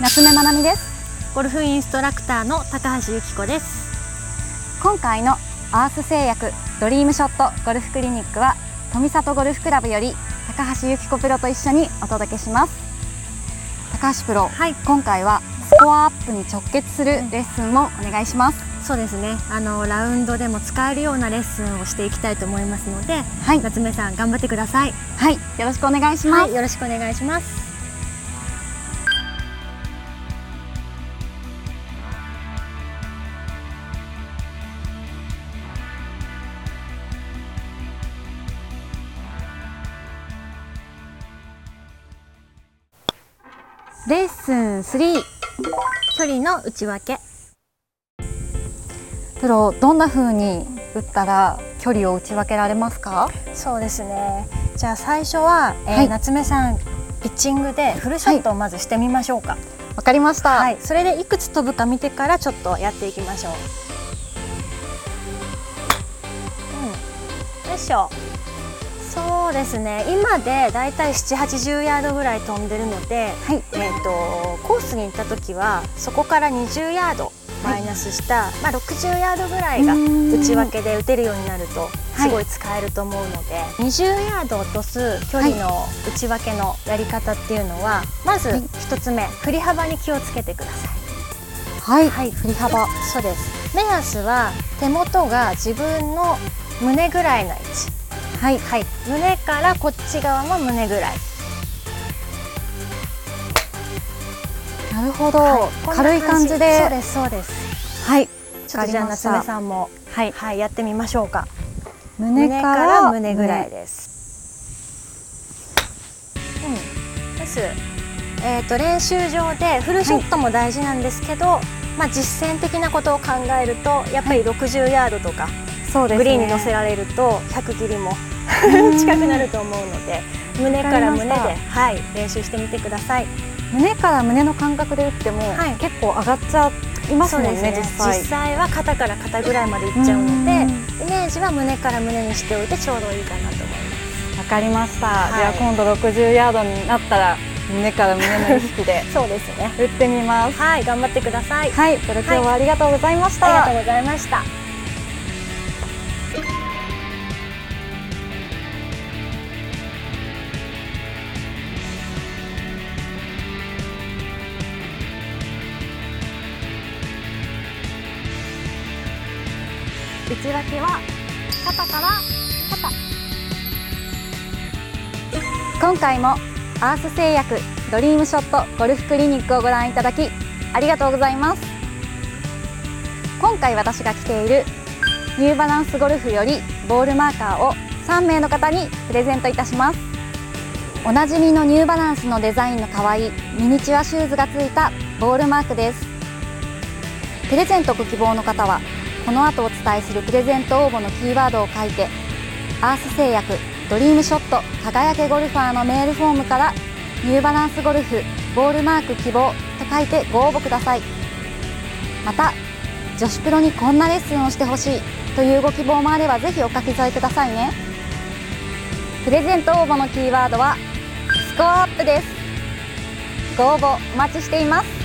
夏目まなみです。 ゴルフインストラクターの高橋由紀子です。 今回のアース製薬ドリームショットゴルフクリニックは富里ゴルフクラブより高橋由紀子プロと一緒にお届けします。高橋プロ、 はい、 今回はスコアアップに直結するレッスンをお願いします。 そうですね、ラウンドでも使えるようなレッスンをしていきたいと思いますので、 はい、 夏目さん頑張ってください。 はい、よろしくお願いします。 はい、よろしくお願いします。 レッスン3、 距離の内訳。 プロ、どんな風に打ったら距離を打ち分けられますか？ そうですね、じゃあ最初は、夏目さんピッチングでフルショットをまずしてみましょうか。 わかりました。 はい、それでいくつ飛ぶか見てからちょっとやっていきましょう。よいしょ。そうですね、今でだいたい7、80ヤードぐらい飛んでるので、はい、コースに行った時はそこから20ヤードマイナスした、60ヤードぐらいが内訳で打てるようになるとすごい使えると思うので、20ヤード落とす距離の内訳のやり方っていうのは、まず1つ目、振り幅に気をつけてください。 はい、はい、振り幅。 そうです。目安は手元が自分の胸ぐらいの位置。はい、はい、胸からこっち側も胸ぐらい。 なるほど、はい、軽い感じで。 そうです、そうです。はい、ちょっとじゃあ夏目さんも、はい、はい、やってみましょうか。胸から胸ぐらいです。です。練習場でフルショットも大事なんですけど、実践的なことを考えるとやっぱり60ヤードとか、そうですね、グリーンに乗せられると100切りも近くなると思うので、胸から胸で、はい、練習してみてください。 胸から胸の感覚で打っても、はい、結構上がっちゃいますもんね。 実際は肩から肩ぐらいまでいっちゃうので、イメージは胸から胸にしておいてちょうどいいかなと思います。 わかりました。はい、じゃあ今度60ヤードになったら胸から胸の意識でそうですね、 打ってみます。 はい、頑張ってください。 はい、プロ、今日はありがとうございました。 ありがとうございました。内訳は肩から肩。 今回もアース製薬ドリームショットゴルフクリニックをご覧いただきありがとうございます。今回私が着ているニューバランスゴルフよりボールマーカーを3名の方にプレゼントいたします。おなじみのニューバランスのデザインの可愛いミニチュアシューズがついたボールマークです。プレゼントご希望の方はこの後お伝えするプレゼント応募のキーワードを書いて、アース製薬ドリームショット輝けゴルファーのメールフォームからニューバランスゴルフボールマーク希望と書いてご応募ください。また女子プロにこんなレッスンをしてほしいというご希望もあればぜひお書き添えくださいね。プレゼント応募のキーワードはスコアアップです。ご応募お待ちしています。